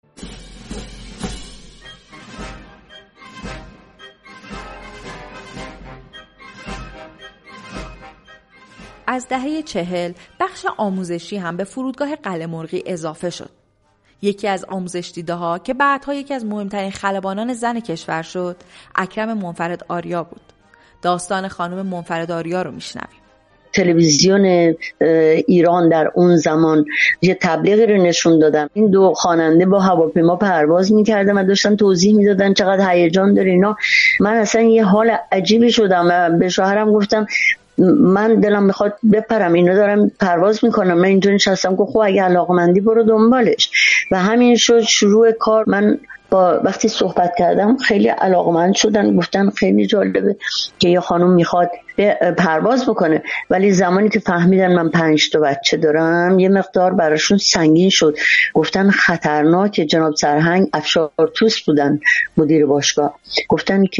از دهه چهل بخش آموزشی هم به فرودگاه قلعه مرغی اضافه شد. یکی از آموزش دیده ها که بعدها یکی از مهمترین خلبانان زن کشور شد، اکرم منفرد آریا بود. داستان خانم منفرد آریا رو میشنویم. تلویزیون ایران در اون زمان یه تبلیغی رو نشون دادن. این دو خواننده با هواپیما پرواز میکردن و داشتن توضیح میدادن چقدر هیجان داره اینا. من اصلا یه حال عجیبی شدم و به شوهرم گفتم من دلم میخواد بپرم، اینا دارم پرواز میکنم. من اینجا نشستم که خب اگه علاقمندی برو دنبالش. و همین شد شروع کار. من با وقتی صحبت کردم خیلی علاقمند شدن، گفتن خیلی جالبه که یه خانم میخواد پرواز بکنه. ولی زمانی که فهمیدن من پنج تا بچه دارم یه مقدار براشون سنگین شد. گفتن خطرناکه. جناب سرهنگ افشار توس بودن مدیر باشگاه، گفتن که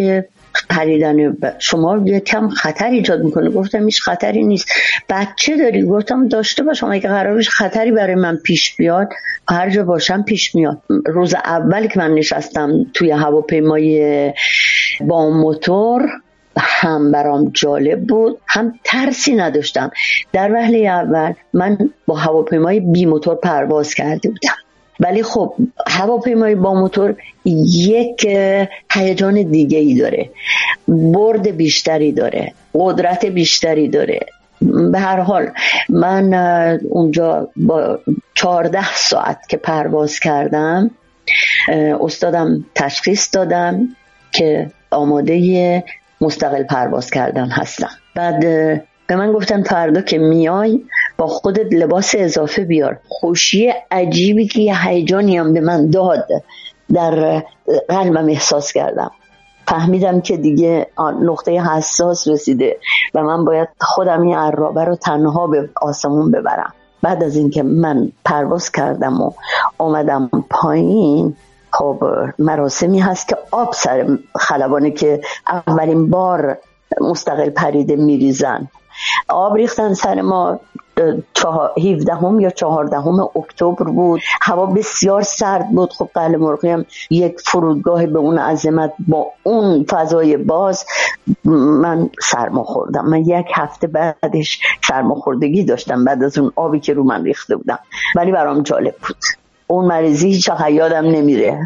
پریدن شما یکم خطر ایجاد میکنه. گفتم هیچ خطری نیست. بچه داری؟ گفتم داشته باشم، اگه قرارش خطری برای من پیش بیاد هر جا باشم پیش میاد. روز اول که من نشستم توی هواپیمای با موتور هم برام جالب بود، هم ترسی نداشتم. در وهله اول من با هواپیمای بی موتور پرواز کرده بودم، ولی خب هواپیمای با موتور یک هیجان دیگه ای داره، برد بیشتری داره، قدرت بیشتری داره. به هر حال من اونجا با چهارده ساعت که پرواز کردم استادم تشخیص دادم که آماده مستقل پرواز کردن هستم. بعد به من گفتن فردا که میای با خودت لباس اضافه بیار. خوشی عجیبی که یه هیجانی هم به من داد در قلبم احساس کردم. فهمیدم که دیگه نقطه حساس رسیده و من باید خودم این عرابه رو تنها به آسمون ببرم. بعد از اینکه من پرواز کردم و آمدم پایین، خب مراسمی هست که آب سر خلبانه که اولین بار مستقل پریده میریزن. آب ریختن سر ما. هفدهم یا چهاردهم اکتبر بود. هوا بسیار سرد بود. خب قلعه مرغی هم یک فرودگاه به اون عظمت با اون فضای باز، من سرما خوردم. من یک هفته بعدش سرماخوردگی داشتم بعد از اون آبی که رو من ریخته بودم، ولی برام جالب بود. اون مریضی هیچ یادم نمیره.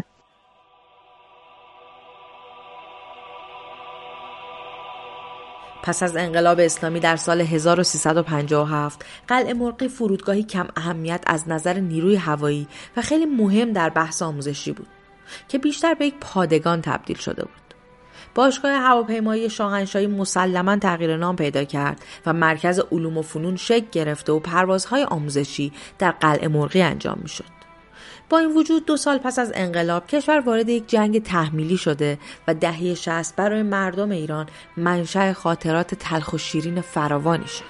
پس از انقلاب اسلامی در سال هزار و سیصد و پنجاه و هفت قلعه مرغی فرودگاهی کم اهمیت از نظر نیروی هوایی و خیلی مهم در بحث آموزشی بود که بیشتر به یک پادگان تبدیل شده بود. باشگاه هواپیمایی شاهنشاهی مسلماً تغییر نام پیدا کرد و مرکز علوم و فنون شکل گرفته و پروازهای آموزشی در قلعه مرغی انجام می‌شد. با این وجود دو سال پس از انقلاب کشور وارد یک جنگ تحمیلی شده و دهه شصت برای مردم ایران منشأ خاطرات تلخ و شیرین فراوانی شد.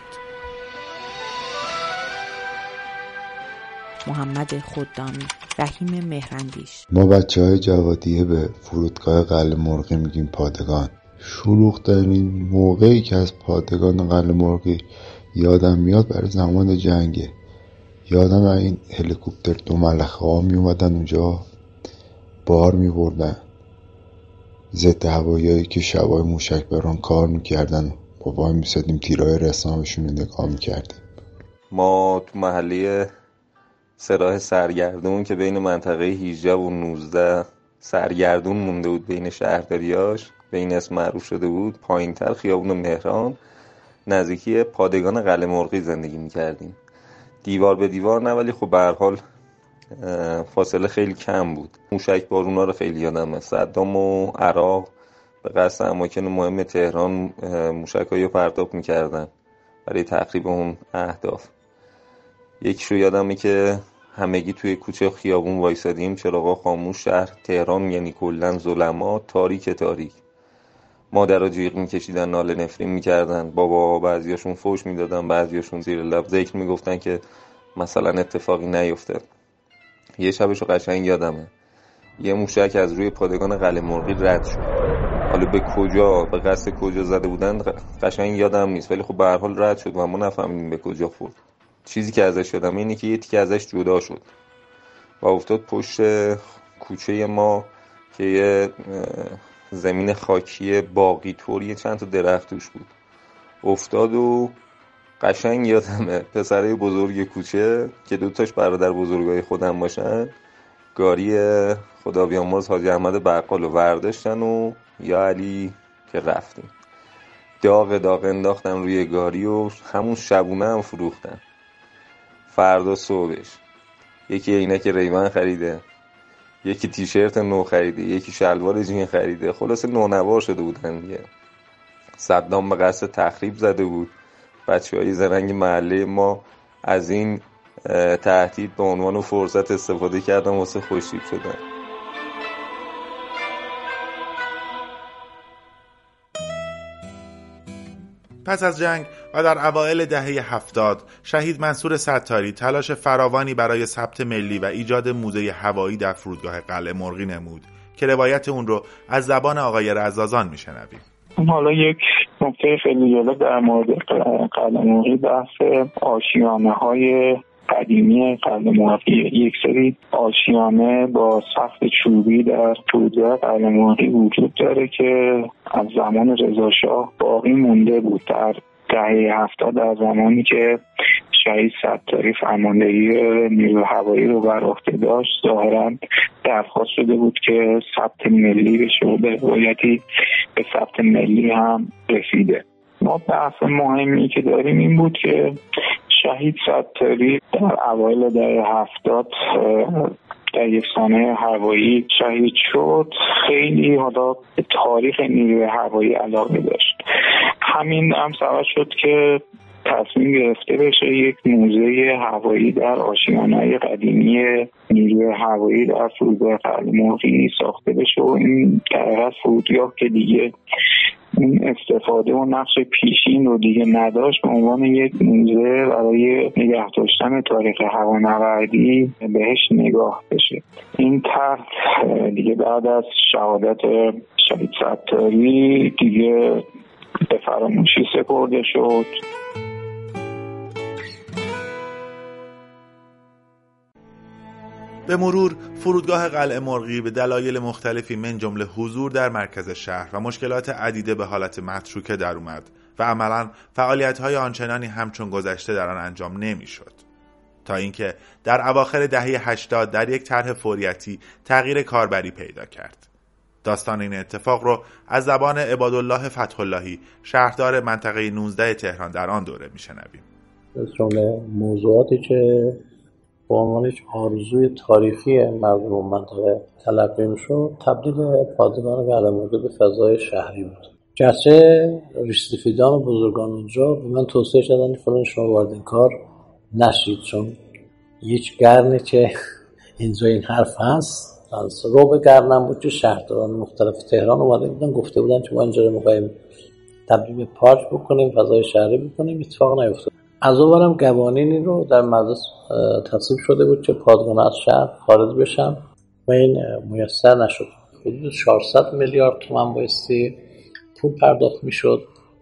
محمد خدامی، رحیم مهراندیش. ما بچه های جوادیه به فرودگاه قلعه مرغی میگیم پادگان. شلوغ ترین موقعی که از پادگان قلعه مرغی یادم میاد برای زمان جنگه. یادم این هلیکوپتر دو ملخه ها می اومدن اونجا بار می بردن، ضد هواییایی که شبای موشک بران کار میکردن، با وای میسادیم تیرای رسامشون رو نگاه میکردیم. ما تو محله سراح سرگردون که بین منطقه هجده و نوزده سرگردون مونده بود بین شهرداریاش، به این اسم معروف شده بود، پایین تر خیابون مهران نزدیکی پادگان قلعه مرغی زندگی میکردیم. دیوار به دیوار نه، ولی خب به هر حال فاصله خیلی کم بود. موشک بارونا رو خیلی یادمه. صدام و عراق به قصد اماکن مهم تهران موشکایی رو پرتاب میکردن برای تخریب اون اهداف. یکیشو یادمه که همگی توی کوچه خیابون وایسادیم، چراغا خاموش، شهر تهران یعنی کلا ظلمات، تاریک تاریک. مادرها جیغ میکشیدن، ناله نفرین میکردن، بابا بعضیاشون فوش میدادن، بعضیاشون زیر لب ذکر میگفتن که مثلا اتفاقی نیفته. یه شبشو قشنگ یادمه، یه موشک از روی پادگان قلعه مرغی رد شد. حالا به کجا، به قصد کجا زده بودن قشنگ یادم نیست، ولی خب به هر حال رد شد و ما نفهمیدیم به کجا خورد. چیزی که ازش یادمه اینه که یه تیکه ازش جدا شد و افتاد پشت کوچه ما که یه زمین خاکی باقی طوری چند تا درخت توش بود. افتاد و قشنگ یادمه پسرای بزرگ کوچه که دوتاش برادر بزرگای خودم باشن، گاری خدا بیامرز حاجی احمد بقال رو ورداشتن و یا علی که رفتیم داغ داغ انداختن روی گاری و همون شبونه هم فروختن. فردا صبحش یکی عینک ریبن خریده، یکی تیشرت نو خریده، یکی شلوار جین خریده، خلاصه نونوار شده بودن دیگه. صدام به قصد تخریب زده بود. بچه‌های زرنگ محله ما از این تهدید به عنوان فرصت استفاده کردن واسه خوشتیپ شدن. پس از جنگ و در اوایل دهه هفتاد شهید منصور ستاری تلاش فراوانی برای ثبت ملی و ایجاد موزه هوایی در فرودگاه قلعه مرغی نمود که روایت اون رو از زبان آقای رزازان میشنویم. حالا یک نکته خیلی جالب در مورد قلعه مرغی بحث آشیانه های قدیمی قلعه مرغی. یک سری آشیانه با سقف چوبی در فرودگاه قلعه مرغی وجود داره که از زمان رضاشاه باقی مونده بود. در دهه هفتاد در زمانی که شهید ستاری فرماندهی نیروی هوایی رو بر عهده داشت، ظاهراً درخواست شده بود که ثبت ملی بشه و به روایتی به ثبت ملی هم رسیده. ما بحث مهمی که داریم این بود که شهید ستاری در اوایل دهه هفتاد در یک سانحه هوایی شهید شد. خیلی حالا به تاریخ نیروی هوایی علاقه داشت. همین هم سبب شد که تصمیم گرفته بشه یک موزه هوایی در آشیانه‌های قدیمی نیروی هوایی در فرودگاه قلعه مرغی ساخته بشه و این در فرودگاه که دیگه این استفاده و نقش پیشین رو دیگه نداشت، به عنوان یک موزه برای نگه داشتن تاریخ هوانوردی بهش نگاه بشه. این طرح دیگه بعد از شهادت شهید ستاری دیگه به فراموشی سپرده شد. به مرور فرودگاه قلعه مرغی به دلایل مختلفی من جمله حضور در مرکز شهر و مشکلات عدیده به حالت متروکه در اومد و عملاً فعالیت‌های آنچنانی همچون گذشته در آن انجام نمی‌شد، تا اینکه در اواخر دهه هشتاد در یک طرح فوریتی تغییر کاربری پیدا کرد. داستان این اتفاق رو از زبان عبادالله فتح‌اللهی، شهردار منطقه نوزده تهران در آن دوره می‌شنویم. از جمله موضوعاتی که با عنوان یک آرزوی تاریخی مردم منطقه تلقی می‌شد، تبدیل پادگان قلعه مرغی به فضای شهری بود. گرچه ریش‌سفیدان و بزرگان اونجا به من توصیه کردن فلان شما وارد این کار نشید، چون هیچ گرنی که اینجا این حرف هست از رو به گرنم بود که شهرداران مختلف تهران اومده بودن گفته بودن که ما اینجا رو می‌خوایم تبدیل به پارک بکنیم، فضای شهری بکنیم. اتفاق نیفتاد. از اونورم قوانینی رو در مجلس تصویب شده بود که پادگان از شهر خارج بشن و این میسر نشد. حدود چهارصد میلیارد تومان بایستی پول پرداخت میشد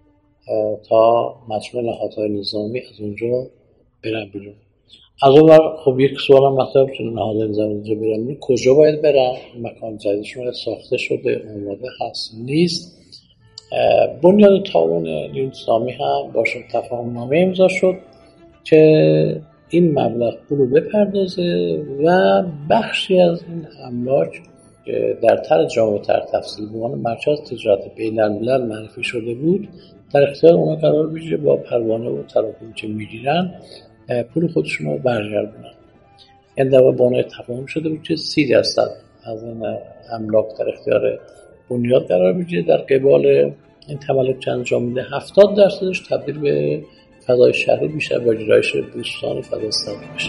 تا مجموع نهادهای نظامی از اونجا برن بیرون. از اونور خب یک سوال هم مطرح شد، نهادهای نظامی اونجا برن بیرون کجا باید برن؟ مکان جدیدشون ساخته شده، آماده هست نیست. بنیاد تعاون نظامی هم باشون تفاهم نامه امضا شد که این مبلغ پول رو بپردازه و بخشی از این املاک که در طرح جامع طرح تفصیلی به عنوان مرکز تجارت بین‌الملل معرفی شده بود در اختیار اونا قرار بگیره، با پروانه و تراکنی که میگیرن پول خودشون رو برگردونن. این در واقع بنای تفاهم شده بود که سی درصد از این املاک در اختیار بنیاد قرار بگیره، در قبال این تملک که انجام میده هفتاد درصدش تبدیل به فضای شهری بیشتر با گرایش بوستان فضای سبز بشه.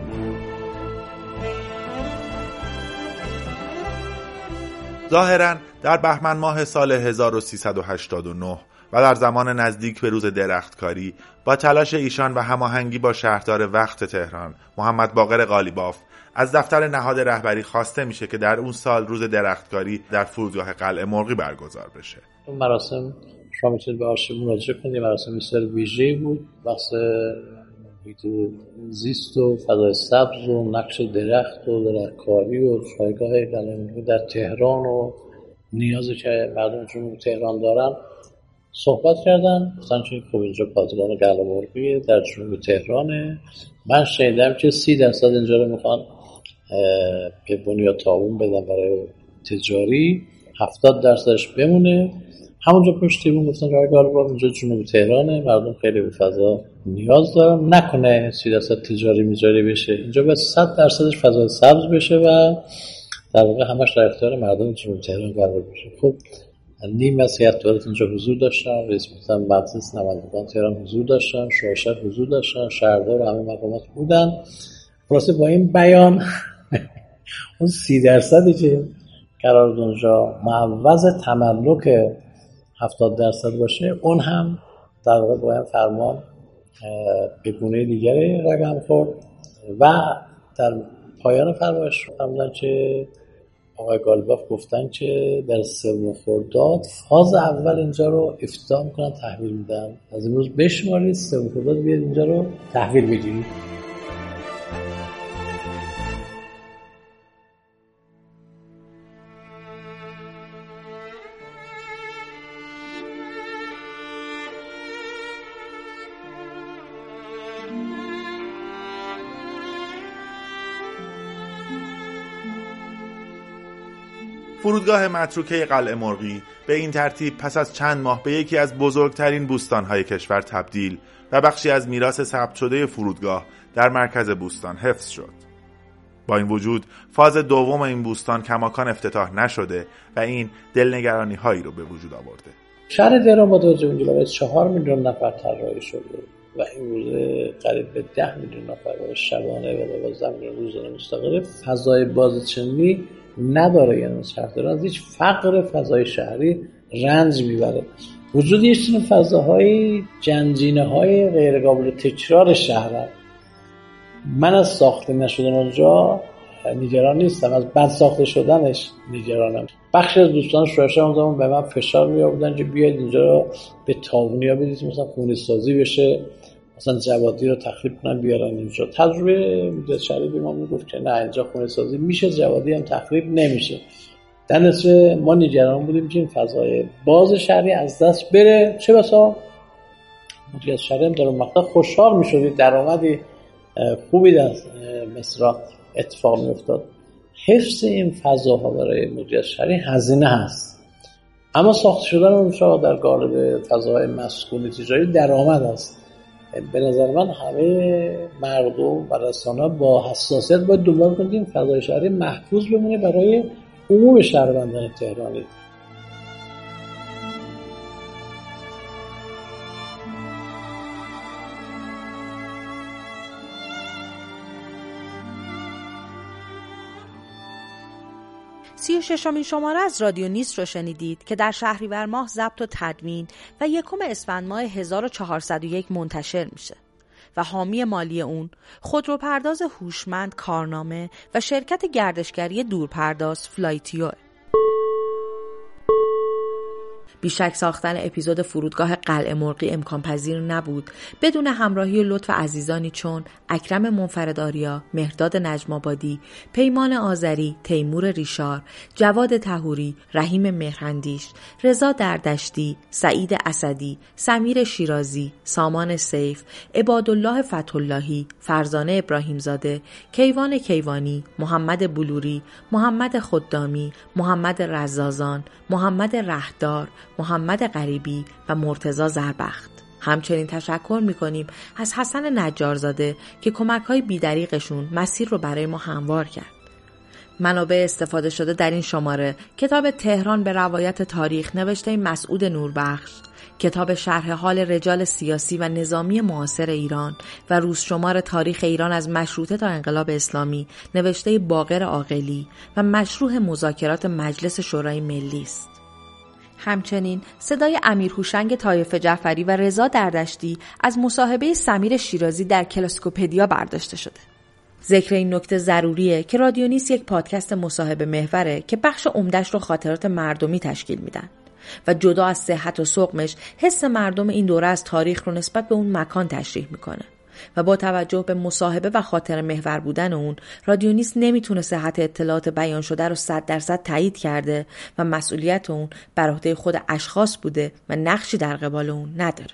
ظاهراً در بهمن ماه سال هزار و سیصد و هشتاد و نه و در زمان نزدیک به روز درختکاری با تلاش ایشان و هماهنگی با شهردار وقت تهران محمد باقر قالیباف از دفتر نهاد رهبری خواسته میشه که در اون سال روز درختکاری در فرودگاه قلعه مرغی برگزار بشه. اون مراسم شما میتونید به آرشیو مراجعه کنید. مراسم بسیار ویژه‌ای بود، بحث زیست و فضای سبز و نقش درخت و درختکاری و جایگاه قلعه مرغی در تهران و نیازی که مردم جنوب تهران دارن صحبت کردن. گفتن که خب اینجا پادگان قلعه مرغی در جنوب تهرانه. من شنیدم که سی درصد اینجا رو میخوان به بنیاد تعاون بدن برای تجاری، هفتاد درصدش بمونه همونجا پشت تیبون. گفتن که قلعه اینجا جنوب تهرانه، مردم خیلی به فضا نیاز دارن، نکنه سی درصد تجاری میجاری بشه، اینجا باید صد درصدش فضای سبز بشه و در واقع همش در اختیار مردم جنوب تهران قرار بشه. خب نیم از هیئت دولت اینجا حضور داشتن، رئیس مجلس نمایندگان تهران حضور داشتن، شورای حضور داشتن، شهردار و همه مقامات بودن. خلاصه با این بیان اون سی درصدی که قرار اونجا معوض تملک هفتاد درصد باشه، اون هم در واقع با این فرمان به گونه دیگری رقم خورد و در پایان فرمایش فرمودن که آقای گالباف گفتن که در سوم خرداد فاز اول اینجا رو افتتاح میکنن، تحویل میدن. از امروز بشمارید سوم خرداد بیاد اینجا رو تحویل بگیرید. فرودگاه متروکه قلعه مرغی به این ترتیب پس از چند ماه به یکی از بزرگترین بوستان‌های کشور تبدیل و بخشی از میراث ثبت شده فرودگاه در مرکز بوستان حفظ شد. با این وجود فاز دوم این بوستان کماکان افتتاح نشده و این دلنگرانی هایی رو به وجود آورده. شهر تهران با توجه به برای چهار میلیون نفر طراحی شده و این روزه قریب به ده میلیون نفر برای شبانه و دوازده میلیون روزانه مستقر فضای بازنشینی نداره. یعنی شهر تهران از هیچ فقر فضای شهری رنج میبره. وجود یک چنین فضاهای جنجینه‌های غیر قابل تکرار شهر. من از ساخته نشدن اونجا نگران نیستم، از بد ساخته شدنش نگرانم. بخشی از دوستان شوهرشم زمان به من فشار می آوردن که بیاید اینجا رو به تاونیا بدید، مثلا خونه سازی بشه، مثلا جوادی رو تخریب کنن بیارن اینجا. تجربه مدیر شهری به ما میگفت که نه، اینجا خونه سازی میشه، جوادی هم تخریب نمیشه. در نتیجه ما نگران بودیم که این فضای باز شهری از دست بره. چه بسا مدیر شهری هم در اون مقطع خوشحال میشد، درآمدی خوبی در مصر اتفاق میافتاد. حفظ این فضاها برای مدیریت شهری هزینه هست، اما ساخته شدن اونجا در قالب فضاهای مسکونی تجاری درآمد است. به نظر من همه مردم و رسانه‌ها با حساسیت باید دنبال کنند این فضای شهری محفوظ بمونه برای عموم شهروندان تهرانی. سی و ششمین شماره از رادیو نیست رو شنیدید که در شهریور ماه ضبط و تدوین و یکم اسفند ماه هزار و چهارصد و یک منتشر میشه و حامی مالی اون خودروپرداز هوشمند کارنامه و شرکت گردشگری دورپرداز فلایتیو. بیشک ساختن اپیزود فرودگاه قلعه مرغی امکان پذیر نبود بدون همراهی و لطف عزیزانی چون اکرم منفردآریا، مهرداد نجم‌آبادی، پیمان آذری، تیمور ریشار، جواد طهوری، رحیم مهرندیش، رضا دردشتی، سعید اسدی، سمیر شیرازی، سامان سیف، عبادالله فتح‌اللهی، فرزانه ابراهیمزاده، کیوان کیوانی، محمد بلوری، محمد خدامی، محمد رزازان، محمد رهدار، محمد غریبی و مرتضی زربخت. همچنین تشکر میکنیم از حسن نجارزاده که کمک‌های بی‌دریغشون مسیر رو برای ما هموار کرد. منابع استفاده شده در این شماره: کتاب تهران به روایت تاریخ نوشته مسعود نوربخش، کتاب شرح حال رجال سیاسی و نظامی معاصر ایران و روزشمار تاریخ ایران از مشروطه تا انقلاب اسلامی نوشته باقر عاقلی و مشروح مذاکرات مجلس شورای ملی است. همچنین صدای امیر هوشنگ طایفه جعفری و رضا دردشتی از مصاحبه سمیر شیرازی در کلاسیکوپدیا برداشته شده. ذکر این نکته ضروریه که رادیو نیست یک پادکست مصاحبه محوره که بخش عمده‌اش رو خاطرات مردمی تشکیل میدن و جدا از صحت و سقمش حس مردم این دوره از تاریخ رو نسبت به اون مکان تشریح میکنه و با توجه به مصاحبه و خاطر محور بودن اون، رادیو نیست نمیتونه صحت اطلاعات بیان شده رو صد درصد تایید کرده و مسئولیت اون بر عهده خود اشخاص بوده و نقشی در قبال اون نداره.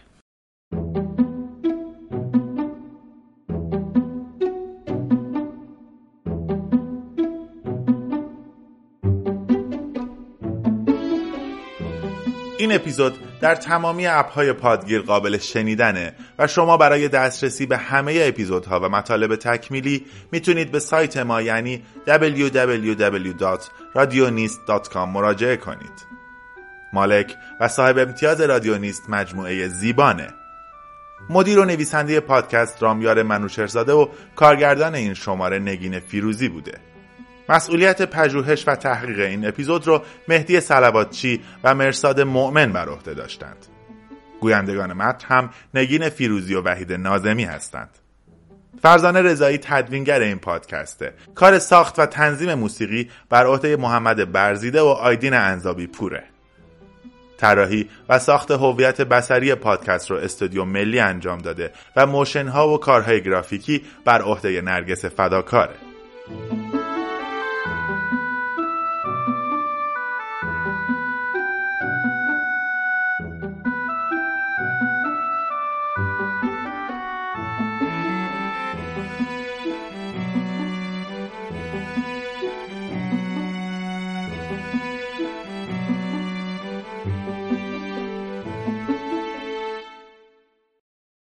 این اپیزود در تمامی اپ‌های پادگیر قابل شنیدنه و شما برای دسترسی به همه اپیزودها و مطالب تکمیلی میتونید به سایت ما یعنی دبلیو دبلیو دبلیو دات رادیو نیست دات کام مراجعه کنید. مالک و صاحب امتیاز رادیو نیست مجموعه زیبانه. مدیر و نویسنده پادکست رامیار منوچهرزاده و کارگردان این شماره نگین فیروزی بوده. مسئولیت پژوهش و تحقیق این اپیزود رو مهدی صلواتچی و مرصاد مؤمن بر عهده داشتند. گویندگان متن هم نگین فیروزی و وحید ناظمی هستند. فرزانه رضایی تدوینگر این پادکسته. کار ساخت و تنظیم موسیقی بر عهده محمد برزیده و آیدین انزابی پوره. طراحی و ساخت هویت بصری پادکست رو استودیو ملی انجام داده و موشن ها و کارهای گرافیکی بر عهده نرگس فداکاره.